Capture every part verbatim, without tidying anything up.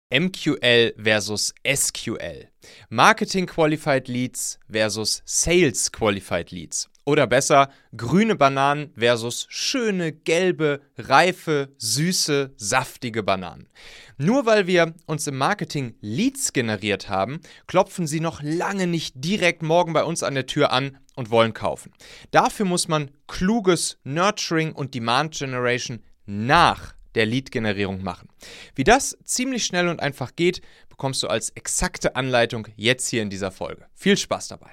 M Q L versus S Q L. Marketing Qualified Leads versus Sales Qualified Leads. Oder besser, grüne Bananen versus schöne, gelbe, reife, süße, saftige Bananen. Nur weil wir uns im Marketing Leads generiert haben, klopfen sie noch lange nicht direkt morgen bei uns an der Tür an und wollen kaufen. Dafür muss man kluges Nurturing und Demand Generation nach der Lead-Generierung machen. Wie das ziemlich schnell und einfach geht, bekommst du als exakte Anleitung jetzt hier in dieser Folge. Viel Spaß dabei!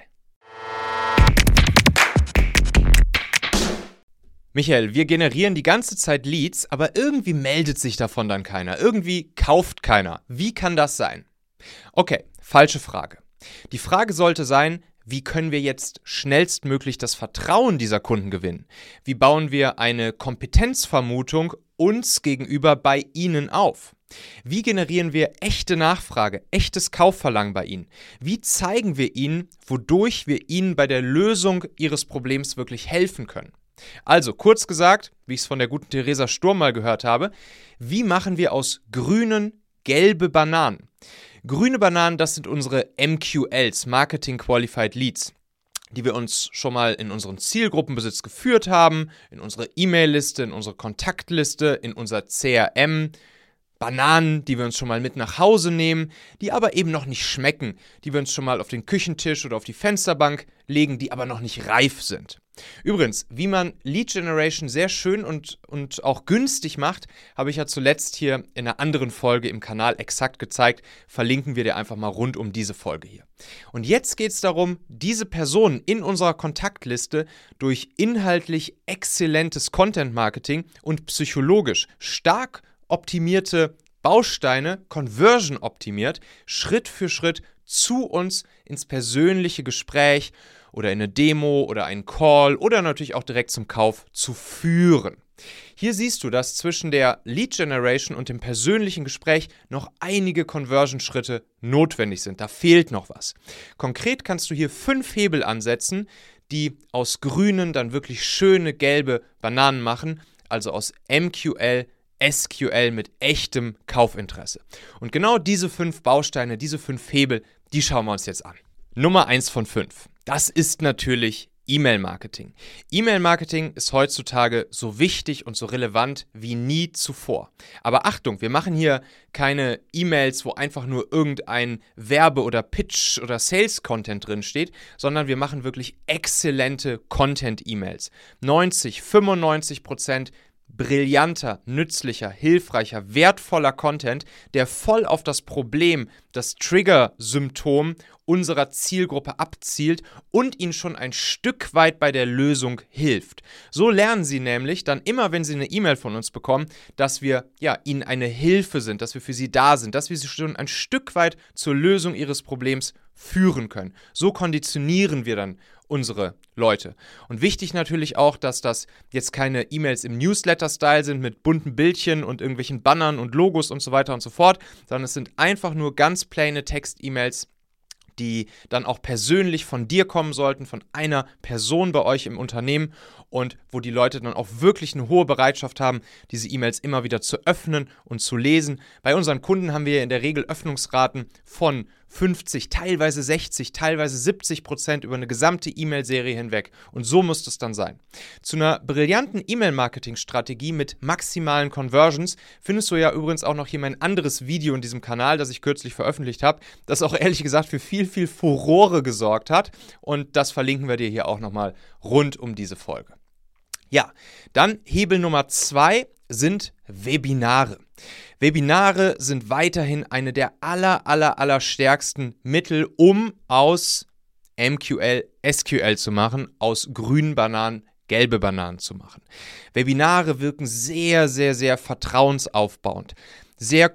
Michael, wir generieren die ganze Zeit Leads, aber irgendwie meldet sich davon dann keiner. Irgendwie kauft keiner. Wie kann das sein? Okay, falsche Frage. Die Frage sollte sein, wie können wir jetzt schnellstmöglich das Vertrauen dieser Kunden gewinnen? Wie bauen wir eine Kompetenzvermutung uns gegenüber bei ihnen auf? Wie generieren wir echte Nachfrage, echtes Kaufverlangen bei ihnen? Wie zeigen wir ihnen, wodurch wir ihnen bei der Lösung ihres Problems wirklich helfen können? Also, kurz gesagt, wie ich es von der guten Theresa Sturm mal gehört habe, wie machen wir aus grünen gelbe Bananen? Grüne Bananen, das sind unsere M Q Ls, Marketing Qualified Leads, die wir uns schon mal in unseren Zielgruppenbesitz geführt haben, in unsere E-Mail-Liste, in unsere Kontaktliste, in unser C R M. Bananen, die wir uns schon mal mit nach Hause nehmen, die aber eben noch nicht schmecken, die wir uns schon mal auf den Küchentisch oder auf die Fensterbank legen, die aber noch nicht reif sind. Übrigens, wie man Lead Generation sehr schön und, und auch günstig macht, habe ich ja zuletzt hier in einer anderen Folge im Kanal exakt gezeigt. Verlinken wir dir einfach mal rund um diese Folge hier. Und jetzt geht es darum, diese Personen in unserer Kontaktliste durch inhaltlich exzellentes Content Marketing und psychologisch stark optimierte Bausteine, conversion optimiert, Schritt für Schritt zu uns ins persönliche Gespräch oder in eine Demo oder einen Call oder natürlich auch direkt zum Kauf zu führen. Hier siehst du, dass zwischen der Lead Generation und dem persönlichen Gespräch noch einige Conversion-Schritte notwendig sind. Da fehlt noch was. Konkret kannst du hier fünf Hebel ansetzen, die aus grünen dann wirklich schöne gelbe Bananen machen, also aus M Q L S Q L mit echtem Kaufinteresse. Und genau diese fünf Bausteine, diese fünf Hebel, die schauen wir uns jetzt an. Nummer eins von fünf. Das ist natürlich E-Mail-Marketing. E-Mail-Marketing ist heutzutage so wichtig und so relevant wie nie zuvor. Aber Achtung, wir machen hier keine E-Mails, wo einfach nur irgendein Werbe- oder Pitch- oder Sales-Content drin steht, sondern wir machen wirklich exzellente Content-E-Mails. neunzig, fünfundneunzig Prozent brillanter, nützlicher, hilfreicher, wertvoller Content, der voll auf das Problem, das Trigger-Symptom unserer Zielgruppe abzielt und ihnen schon ein Stück weit bei der Lösung hilft. So lernen sie nämlich dann immer, wenn sie eine E-Mail von uns bekommen, dass wir ja, ihnen eine Hilfe sind, dass wir für sie da sind, dass wir sie schon ein Stück weit zur Lösung ihres Problems führen können. So konditionieren wir dann unsere Leute. Und wichtig natürlich auch, dass das jetzt keine E-Mails im Newsletter-Style sind mit bunten Bildchen und irgendwelchen Bannern und Logos und so weiter und so fort, sondern es sind einfach nur ganz plaine Text-E-Mails, die dann auch persönlich von dir kommen sollten, von einer Person bei euch im Unternehmen und wo die Leute dann auch wirklich eine hohe Bereitschaft haben, diese E-Mails immer wieder zu öffnen und zu lesen. Bei unseren Kunden haben wir in der Regel Öffnungsraten von fünfzig, teilweise sechzig, teilweise siebzig Prozent über eine gesamte E-Mail-Serie hinweg. Und so muss es dann sein. Zu einer brillanten E-Mail-Marketing-Strategie mit maximalen Conversions findest du ja übrigens auch noch hier mein anderes Video in diesem Kanal, das ich kürzlich veröffentlicht habe, das auch ehrlich gesagt für viel, viel Furore gesorgt hat. Und das verlinken wir dir hier auch nochmal rund um diese Folge. Ja, dann Hebel Nummer zwei sind Webinare. Webinare sind weiterhin eine der aller, aller, aller stärksten Mittel, um aus M Q L S Q L zu machen, aus grünen Bananen gelbe Bananen zu machen. Webinare wirken sehr, sehr, sehr vertrauensaufbauend, sehr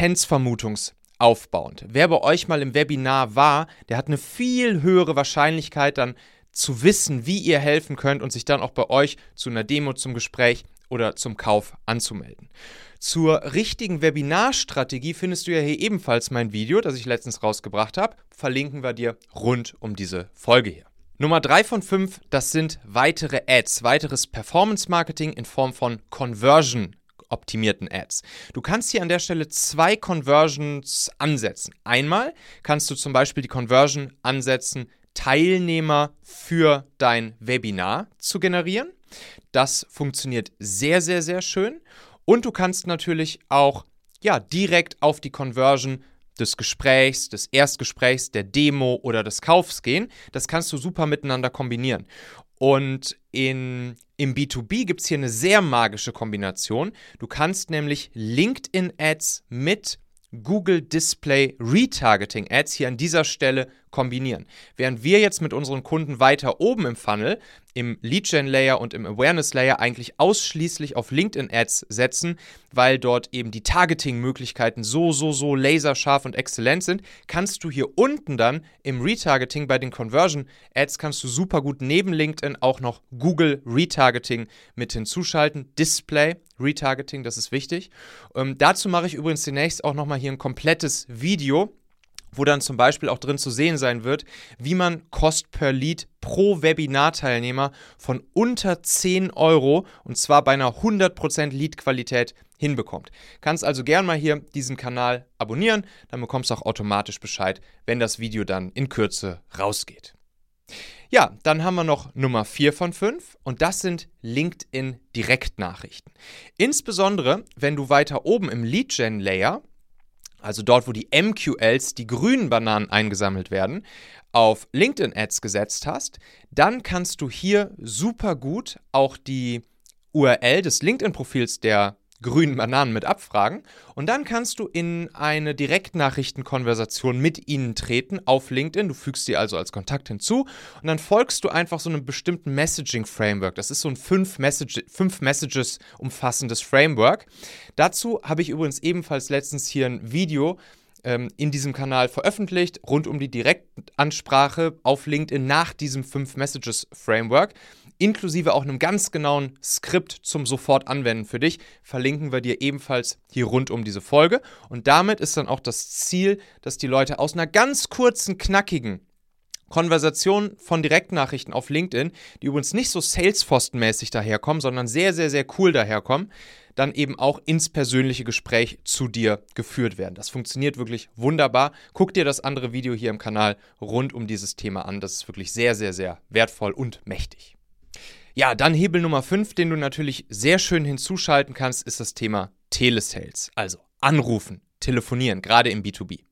kompetenzvermutungsaufbauend. Wer bei euch mal im Webinar war, der hat eine viel höhere Wahrscheinlichkeit dann zu wissen, wie ihr helfen könnt und sich dann auch bei euch zu einer Demo, zum Gespräch oder zum Kauf anzumelden. Zur richtigen Webinarstrategie findest du ja hier ebenfalls mein Video, das ich letztens rausgebracht habe. Verlinken wir dir rund um diese Folge hier. Nummer drei von fünf, das sind weitere Ads, weiteres Performance-Marketing in Form von Conversion optimierten Ads. Du kannst hier an der Stelle zwei Conversions ansetzen. Einmal kannst du zum Beispiel die Conversion ansetzen, Teilnehmer für dein Webinar zu generieren. Das funktioniert sehr, sehr, sehr schön. Und du kannst natürlich auch ja, direkt auf die Conversion des Gesprächs, des Erstgesprächs, der Demo oder des Kaufs gehen. Das kannst du super miteinander kombinieren. Und in, im B zwei B gibt es hier eine sehr magische Kombination. Du kannst nämlich LinkedIn-Ads mit Google Display Retargeting Ads hier an dieser Stelle kombinieren. Während wir jetzt mit unseren Kunden weiter oben im Funnel, im Lead-Gen-Layer und im Awareness-Layer eigentlich ausschließlich auf LinkedIn-Ads setzen, weil dort eben die Targeting-Möglichkeiten so, so, so laserscharf und exzellent sind, kannst du hier unten dann im Retargeting bei den Conversion-Ads kannst du super gut neben LinkedIn auch noch Google Retargeting mit hinzuschalten. Display Retargeting, das ist wichtig. Ähm, dazu mache ich übrigens demnächst auch nochmal hier ein komplettes Video, wo dann zum Beispiel auch drin zu sehen sein wird, wie man Cost per Lead pro Webinar-Teilnehmer von unter zehn Euro und zwar bei einer hundert Prozent Lead-Qualität hinbekommt. Kannst also gern mal hier diesen Kanal abonnieren, dann bekommst du auch automatisch Bescheid, wenn das Video dann in Kürze rausgeht. Ja, dann haben wir noch Nummer vier von fünf und das sind LinkedIn-Direktnachrichten. Insbesondere, wenn du weiter oben im Lead-Gen-Layer, also dort, wo die M Q Ls, die grünen Bananen eingesammelt werden, auf LinkedIn-Ads gesetzt hast, dann kannst du hier super gut auch die U R L des LinkedIn-Profils der grünen Bananen mit abfragen und dann kannst du in eine Direktnachrichtenkonversation mit ihnen treten auf LinkedIn. Du fügst sie also als Kontakt hinzu und dann folgst du einfach so einem bestimmten Messaging-Framework. Das ist so ein fünf, Message, fünf Messages umfassendes Framework. Dazu habe ich übrigens ebenfalls letztens hier ein Video ähm, in diesem Kanal veröffentlicht, rund um die Direktansprache auf LinkedIn nach diesem fünf Messages Framework. Inklusive auch einem ganz genauen Skript zum Sofort-Anwenden für dich, verlinken wir dir ebenfalls hier rund um diese Folge. Und damit ist dann auch das Ziel, dass die Leute aus einer ganz kurzen, knackigen Konversation von Direktnachrichten auf LinkedIn, die übrigens nicht so Salesforce-mäßig daherkommen, sondern sehr, sehr, sehr cool daherkommen, dann eben auch ins persönliche Gespräch zu dir geführt werden. Das funktioniert wirklich wunderbar. Guck dir das andere Video hier im Kanal rund um dieses Thema an. Das ist wirklich sehr, sehr, sehr wertvoll und mächtig. Ja, dann Hebel Nummer fünf, den du natürlich sehr schön hinzuschalten kannst, ist das Thema Telesales. Also anrufen, telefonieren, gerade im B zwei B.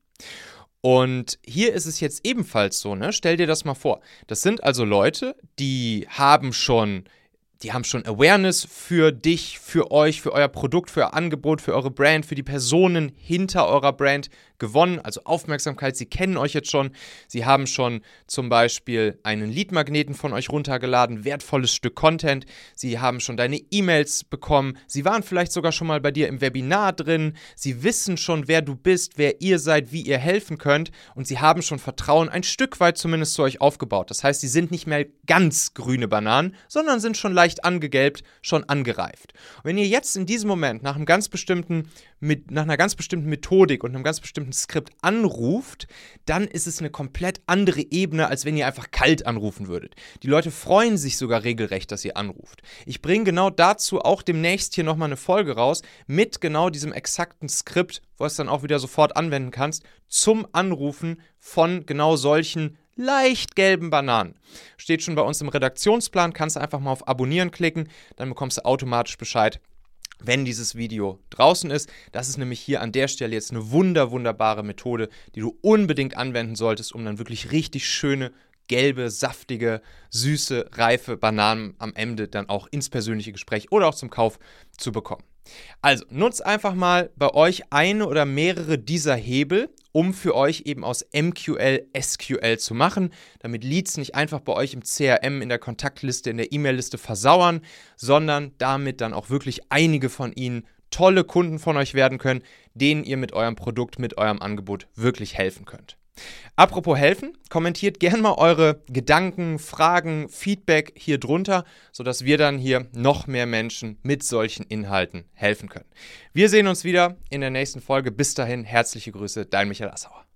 Und hier ist es jetzt ebenfalls so, ne? Stell dir das mal vor. Das sind also Leute, die haben schon, die haben schon Awareness für dich, für euch, für euer Produkt, für euer Angebot, für eure Brand, für die Personen hinter eurer Brand gewonnen, also Aufmerksamkeit. Sie kennen euch jetzt schon. Sie haben schon zum Beispiel einen Lead-Magneten von euch runtergeladen, wertvolles Stück Content. Sie haben schon deine E-Mails bekommen. Sie waren vielleicht sogar schon mal bei dir im Webinar drin. Sie wissen schon, wer du bist, wer ihr seid, wie ihr helfen könnt. Und sie haben schon Vertrauen ein Stück weit zumindest zu euch aufgebaut. Das heißt, sie sind nicht mehr ganz grüne Bananen, sondern sind schon leicht angegelbt, schon angereift. Und wenn ihr jetzt in diesem Moment nach einem ganz bestimmten, mit, nach einer ganz bestimmten Methodik und einem ganz bestimmten Skript anruft, dann ist es eine komplett andere Ebene, als wenn ihr einfach kalt anrufen würdet. Die Leute freuen sich sogar regelrecht, dass ihr anruft. Ich bringe genau dazu auch demnächst hier nochmal eine Folge raus mit genau diesem exakten Skript, wo du es dann auch wieder sofort anwenden kannst, zum Anrufen von genau solchen leicht gelben Bananen. Steht schon bei uns im Redaktionsplan, kannst du einfach mal auf Abonnieren klicken, dann bekommst du automatisch Bescheid, wenn dieses Video draußen ist. Das ist nämlich hier an der Stelle jetzt eine wunder, wunderbare Methode, die du unbedingt anwenden solltest, um dann wirklich richtig schöne, gelbe, saftige, süße, reife Bananen am Ende dann auch ins persönliche Gespräch oder auch zum Kauf zu bekommen. Also nutzt einfach mal bei euch eine oder mehrere dieser Hebel, um für euch eben aus M Q L S Q L zu machen, damit Leads nicht einfach bei euch im C R M, in der Kontaktliste, in der E-Mail-Liste versauern, sondern damit dann auch wirklich einige von ihnen tolle Kunden von euch werden können, denen ihr mit eurem Produkt, mit eurem Angebot wirklich helfen könnt. Apropos helfen, kommentiert gerne mal eure Gedanken, Fragen, Feedback hier drunter, sodass wir dann hier noch mehr Menschen mit solchen Inhalten helfen können. Wir sehen uns wieder in der nächsten Folge. Bis dahin, herzliche Grüße, dein Michael Assauer.